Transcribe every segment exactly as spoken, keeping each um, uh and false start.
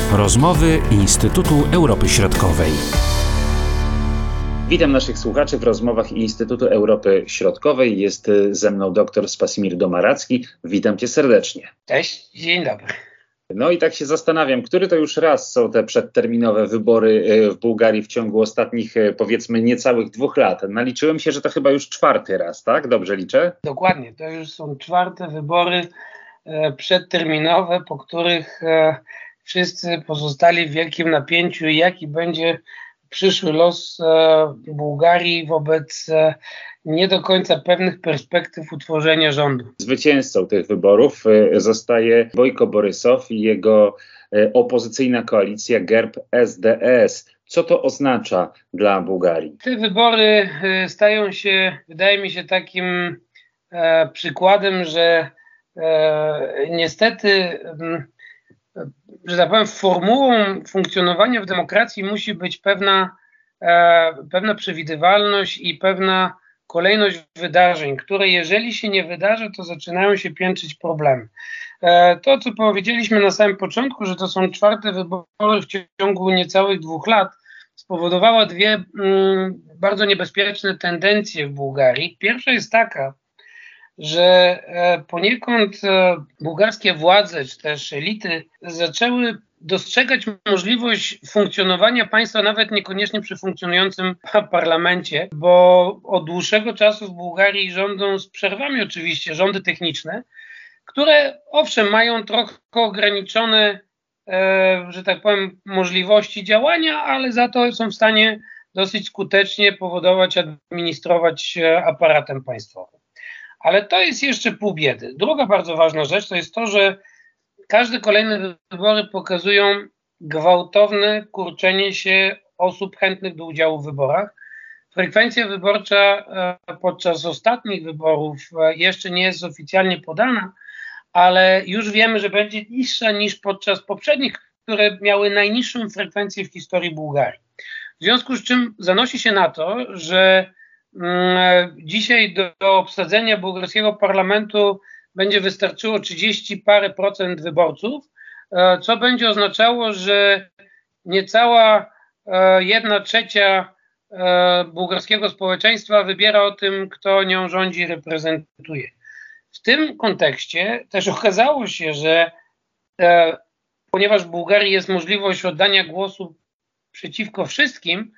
Rozmowy Instytutu Europy Środkowej. Witam naszych słuchaczy w rozmowach Instytutu Europy Środkowej. Jest ze mną dr Spasimir Domaracki. Witam cię serdecznie. Cześć, dzień dobry. No i tak się zastanawiam, który to już raz są te przedterminowe wybory w Bułgarii w ciągu ostatnich, powiedzmy, niecałych dwóch lat. Naliczyłem się, że to chyba już czwarty raz, tak? Dobrze liczę? Dokładnie, to już są czwarte wybory e, przedterminowe, po których e, wszyscy pozostali w wielkim napięciu, jaki będzie przyszły los e, Bułgarii wobec e, nie do końca pewnych perspektyw utworzenia rządu. Zwycięzcą tych wyborów e, zostaje Bojko Borysow i jego e, opozycyjna koalicja G E R B S D S. Co to oznacza dla Bułgarii? Te wybory e, stają się, wydaje mi się, takim e, przykładem, że e, niestety m, że tak powiem, formułą funkcjonowania w demokracji musi być pewna, e, pewna przewidywalność i pewna kolejność wydarzeń, które jeżeli się nie wydarzy, to zaczynają się piętrzyć problemy. E, to, co powiedzieliśmy na samym początku, że to są czwarte wybory w ciągu niecałych dwóch lat, spowodowało dwie mm, bardzo niebezpieczne tendencje w Bułgarii. Pierwsza jest taka, że poniekąd bułgarskie władze, czy też elity zaczęły dostrzegać możliwość funkcjonowania państwa nawet niekoniecznie przy funkcjonującym parlamencie, bo od dłuższego czasu w Bułgarii rządzą z przerwami oczywiście rządy techniczne, które owszem mają trochę ograniczone, e, że tak powiem, możliwości działania, ale za to są w stanie dosyć skutecznie powodować, administrować aparatem państwowym. Ale to jest jeszcze pół biedy. Druga bardzo ważna rzecz to jest to, że każde kolejne wybory pokazują gwałtowne kurczenie się osób chętnych do udziału w wyborach. Frekwencja wyborcza podczas ostatnich wyborów jeszcze nie jest oficjalnie podana, ale już wiemy, że będzie niższa niż podczas poprzednich, które miały najniższą frekwencję w historii Bułgarii. W związku z czym zanosi się na to, że dzisiaj do, do obsadzenia bułgarskiego parlamentu będzie wystarczyło trzydzieści parę procent wyborców, co będzie oznaczało, że niecała jedna trzecia bułgarskiego społeczeństwa wybiera o tym, kto nią rządzi i reprezentuje. W tym kontekście też okazało się, że ponieważ w Bułgarii jest możliwość oddania głosu przeciwko wszystkim,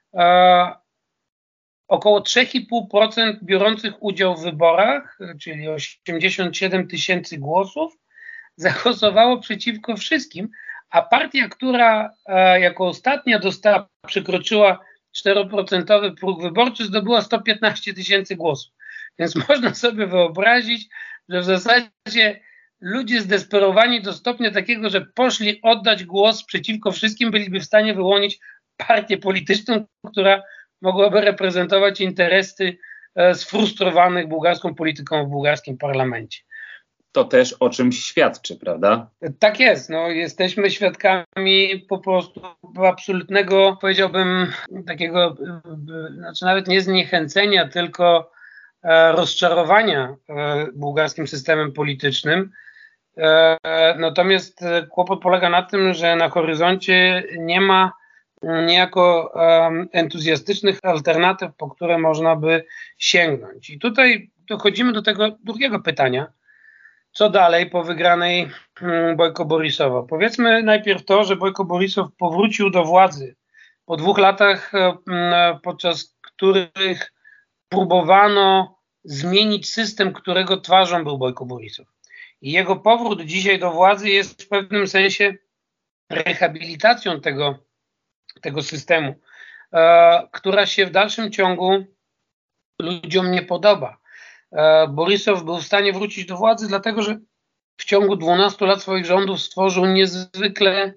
około trzy i pół procent biorących udział w wyborach, czyli osiemdziesiąt siedem tysięcy głosów, zagłosowało przeciwko wszystkim, a partia, która e, jako ostatnia dostała, przekroczyła cztery procent próg wyborczy, zdobyła sto piętnaście tysięcy głosów. Więc można sobie wyobrazić, że w zasadzie ludzie zdesperowani do stopnia takiego, że poszli oddać głos przeciwko wszystkim, byliby w stanie wyłonić partię polityczną, która mogłaby reprezentować interesy e, sfrustrowanych bułgarską polityką w bułgarskim parlamencie. To też o czymś świadczy, prawda? Tak jest. No, jesteśmy świadkami po prostu absolutnego, powiedziałbym, takiego, znaczy nawet nie zniechęcenia, tylko e, rozczarowania e, bułgarskim systemem politycznym. E, natomiast kłopot polega na tym, że na horyzoncie nie ma niejako um, entuzjastycznych alternatyw, po które można by sięgnąć. I tutaj dochodzimy do tego drugiego pytania. Co dalej po wygranej um, Bojko Borysowa? Powiedzmy najpierw to, że Bojko Borysow powrócił do władzy po dwóch latach, um, podczas których próbowano zmienić system, którego twarzą był Bojko Borysow. I jego powrót dzisiaj do władzy jest w pewnym sensie rehabilitacją tego tego systemu, e, która się w dalszym ciągu ludziom nie podoba. E, Borysow był w stanie wrócić do władzy, dlatego że w ciągu dwunastu lat swoich rządów stworzył niezwykle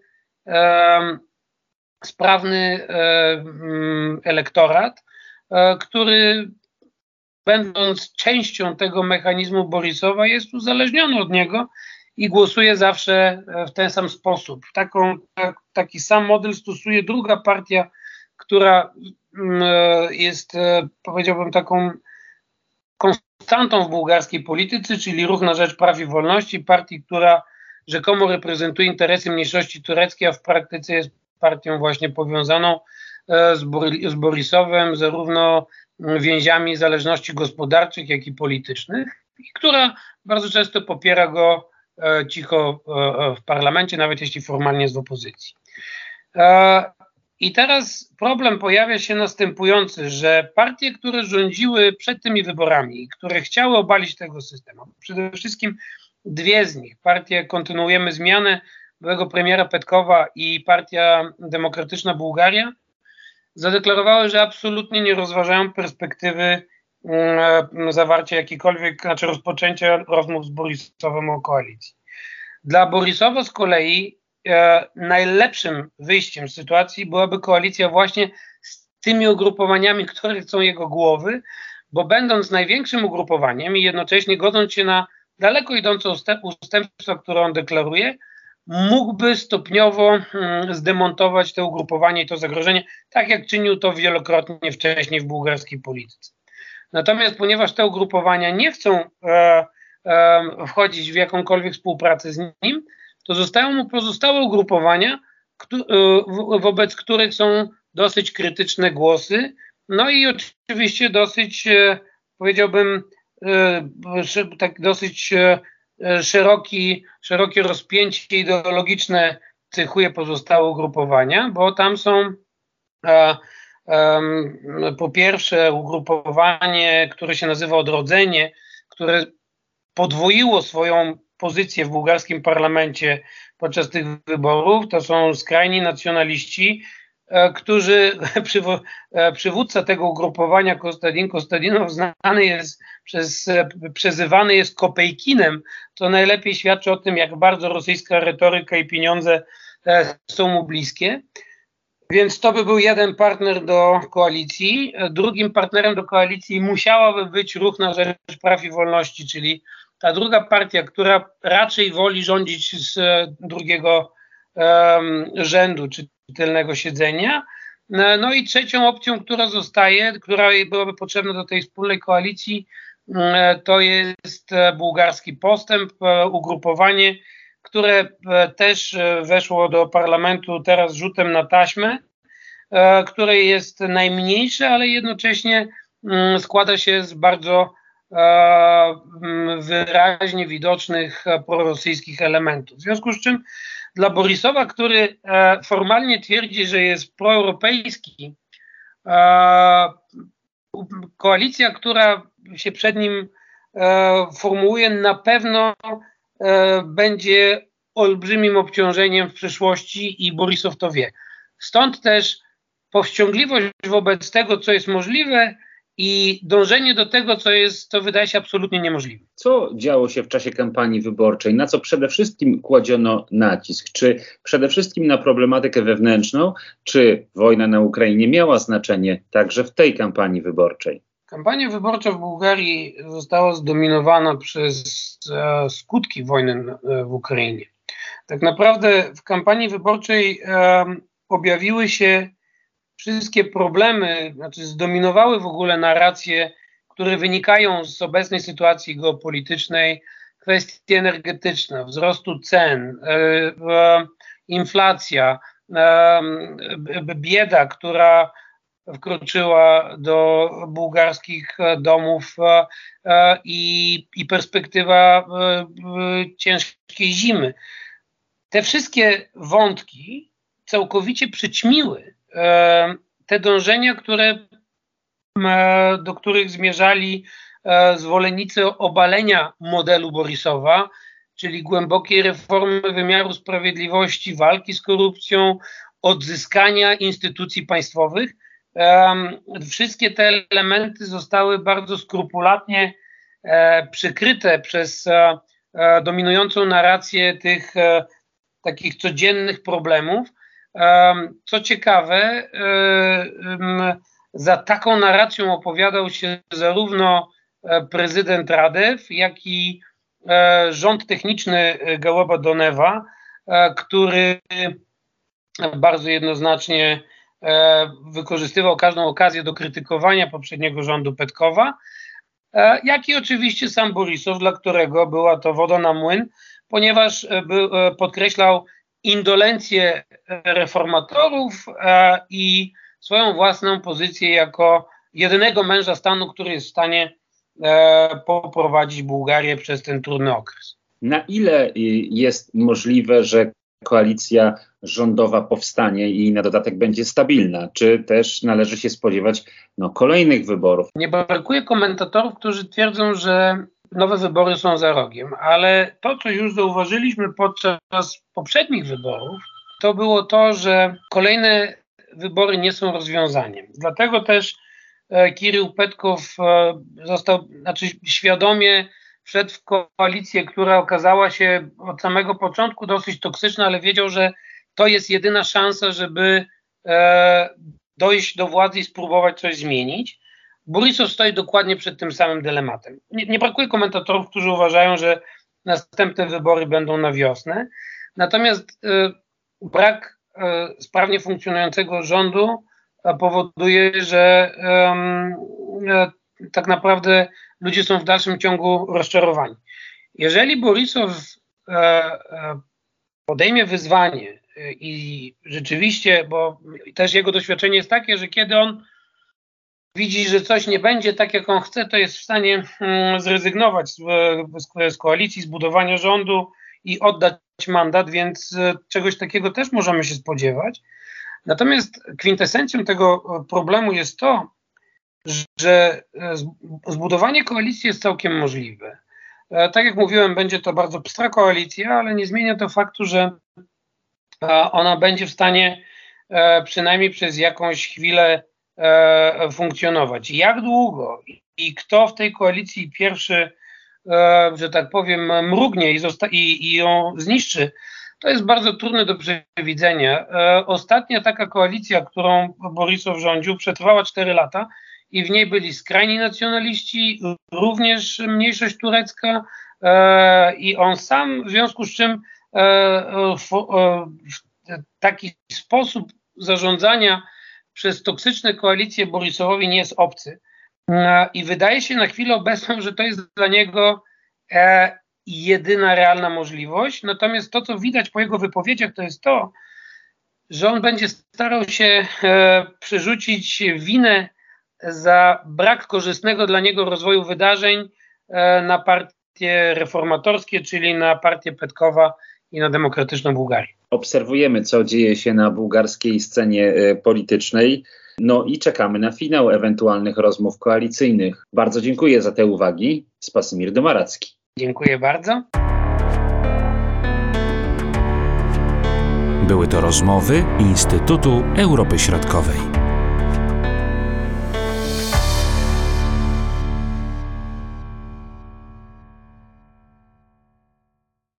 e, sprawny e, elektorat, e, który będąc częścią tego mechanizmu Borysowa jest uzależniony od niego i głosuje zawsze w ten sam sposób. Taką, tak, taki sam model stosuje druga partia, która jest, powiedziałbym, taką konstantą w bułgarskiej polityce, czyli Ruch na Rzecz Praw i Wolności, partii, która rzekomo reprezentuje interesy mniejszości tureckiej, a w praktyce jest partią właśnie powiązaną z, Bor- z Borisowem, zarówno więziami zależności gospodarczych, jak i politycznych, i która bardzo często popiera go e, cicho e, w parlamencie, nawet jeśli formalnie jest w opozycji. E, I teraz problem pojawia się następujący, że partie, które rządziły przed tymi wyborami i które chciały obalić tego systemu, przede wszystkim dwie z nich, partia Kontynuujemy Zmianę byłego premiera Petkowa i Partia Demokratyczna Bułgaria, zadeklarowały, że absolutnie nie rozważają perspektywy um, zawarcia jakiejkolwiek, znaczy rozpoczęcia rozmów z Borisowem o koalicji. Dla Borisowa z kolei e, najlepszym wyjściem z sytuacji byłaby koalicja właśnie z tymi ugrupowaniami, które chcą jego głowy, bo będąc największym ugrupowaniem i jednocześnie godząc się na daleko idące ustępstwa, które on deklaruje, mógłby stopniowo hmm, zdemontować to ugrupowanie i to zagrożenie, tak jak czynił to wielokrotnie wcześniej w bułgarskiej polityce. Natomiast ponieważ te ugrupowania nie chcą e, e, wchodzić w jakąkolwiek współpracę z nim, to zostają mu pozostałe ugrupowania, kto, e, wo, wobec których są dosyć krytyczne głosy, no i oczywiście dosyć, e, powiedziałbym, e, tak dosyć e, Szeroki, szerokie rozpięcie ideologiczne cechuje pozostałe ugrupowania, bo tam są e, e, po pierwsze ugrupowanie, które się nazywa Odrodzenie, które podwoiło swoją pozycję w bułgarskim parlamencie podczas tych wyborów. To są skrajni nacjonaliści, e, którzy przywo, e, przywódca tego ugrupowania, Kostadin Kostadinow, znany jest przez, e, przezywany jest Kopejkinem, co najlepiej świadczy o tym, jak bardzo rosyjska retoryka i pieniądze e, są mu bliskie. Więc to by był jeden partner do koalicji. Drugim partnerem do koalicji musiałaby być Ruch na Rzecz Praw i Wolności, czyli ta druga partia, która raczej woli rządzić z drugiego um, rzędu, czy tylnego siedzenia. No i trzecią opcją, która zostaje, która byłaby potrzebna do tej wspólnej koalicji, to jest Bułgarski Postęp, ugrupowanie, które też weszło do parlamentu teraz rzutem na taśmę, które jest najmniejsze, ale jednocześnie składa się z bardzo wyraźnie widocznych prorosyjskich elementów. W związku z czym dla Borisowa, który formalnie twierdzi, że jest proeuropejski, koalicja, która się przed nim formułuje, na pewno będzie olbrzymim obciążeniem w przyszłości i Borisow to wie. Stąd też powściągliwość wobec tego, co jest możliwe, i dążenie do tego, co jest, co wydaje się absolutnie niemożliwe. Co działo się w czasie kampanii wyborczej? Na co przede wszystkim kładziono nacisk? Czy przede wszystkim na problematykę wewnętrzną? Czy wojna na Ukrainie miała znaczenie także w tej kampanii wyborczej? Kampania wyborcza w Bułgarii została zdominowana przez e, skutki wojny e, w Ukrainie. Tak naprawdę w kampanii wyborczej e, objawiły się wszystkie problemy, znaczy zdominowały w ogóle narracje, które wynikają z obecnej sytuacji geopolitycznej, kwestie energetyczne, wzrostu cen, e, e, inflacja, e, bieda, która wkroczyła do bułgarskich domów e, i, i perspektywa e, ciężkiej zimy. Te wszystkie wątki całkowicie przyćmiły te dążenia, które, do których zmierzali zwolennicy obalenia modelu Borisowa, czyli głębokiej reformy wymiaru sprawiedliwości, walki z korupcją, odzyskania instytucji państwowych. Wszystkie te elementy zostały bardzo skrupulatnie przykryte przez dominującą narrację tych takich codziennych problemów. Co ciekawe, za taką narracją opowiadał się zarówno prezydent Radew, jak i rząd techniczny Gałeba Donewa, który bardzo jednoznacznie wykorzystywał każdą okazję do krytykowania poprzedniego rządu Petkowa. jak i oczywiście sam Borisow, dla którego była to woda na młyn, ponieważ podkreślał indolencję reformatorów i swoją własną pozycję jako jedynego męża stanu, który jest w stanie poprowadzić Bułgarię przez ten trudny okres. Na ile jest możliwe, że koalicja rządowa powstanie i na dodatek będzie stabilna? Czy też należy się spodziewać no, kolejnych wyborów? Nie brakuje komentatorów, którzy twierdzą, że nowe wybory są za rogiem, ale to, co już zauważyliśmy podczas poprzednich wyborów, to było to, że kolejne wybory nie są rozwiązaniem. Dlatego też e, Kirył Petkow e, został, znaczy świadomie wszedł w koalicję, która okazała się od samego początku dosyć toksyczna, ale wiedział, że to jest jedyna szansa, żeby e, dojść do władzy i spróbować coś zmienić. Borisow stoi dokładnie przed tym samym dylematem. Nie, nie brakuje komentatorów, którzy uważają, że następne wybory będą na wiosnę. Natomiast e, brak e, sprawnie funkcjonującego rządu e, powoduje, że e, tak naprawdę ludzie są w dalszym ciągu rozczarowani. Jeżeli Borisow e, e, podejmie wyzwanie e, i rzeczywiście, bo też jego doświadczenie jest takie, że kiedy on widzi, że coś nie będzie tak, jak on chce, to jest w stanie mm, zrezygnować z, z, z koalicji, z budowania rządu i oddać mandat, więc e, czegoś takiego też możemy się spodziewać. Natomiast kwintesencją tego problemu jest to, że zbudowanie koalicji jest całkiem możliwe. Tak jak mówiłem, będzie to bardzo pstra koalicja, ale nie zmienia to faktu, że ona będzie w stanie przynajmniej przez jakąś chwilę funkcjonować. Jak długo i kto w tej koalicji pierwszy, że tak powiem, mrugnie i, zosta- i, i ją zniszczy, to jest bardzo trudne do przewidzenia. Ostatnia taka koalicja, którą Borisow rządził, przetrwała cztery lata, i w niej byli skrajni nacjonaliści, również mniejszość turecka e, i on sam, w związku z czym e, f, e, taki sposób zarządzania przez toksyczne koalicje Borisowowi nie jest obcy. E, I wydaje się na chwilę obecną, że to jest dla niego e, jedyna realna możliwość. Natomiast to, co widać po jego wypowiedziach, to jest to, że on będzie starał się e, przerzucić winę za brak korzystnego dla niego rozwoju wydarzeń e, na partie reformatorskie, czyli na partię Petkowa i na Demokratyczną Bułgarię. Obserwujemy, co dzieje się na bułgarskiej scenie e, politycznej, no i czekamy na finał ewentualnych rozmów koalicyjnych. Bardzo dziękuję za te uwagi. Spasomir Domaracki. Dziękuję bardzo. Były to rozmowy Instytutu Europy Środkowej.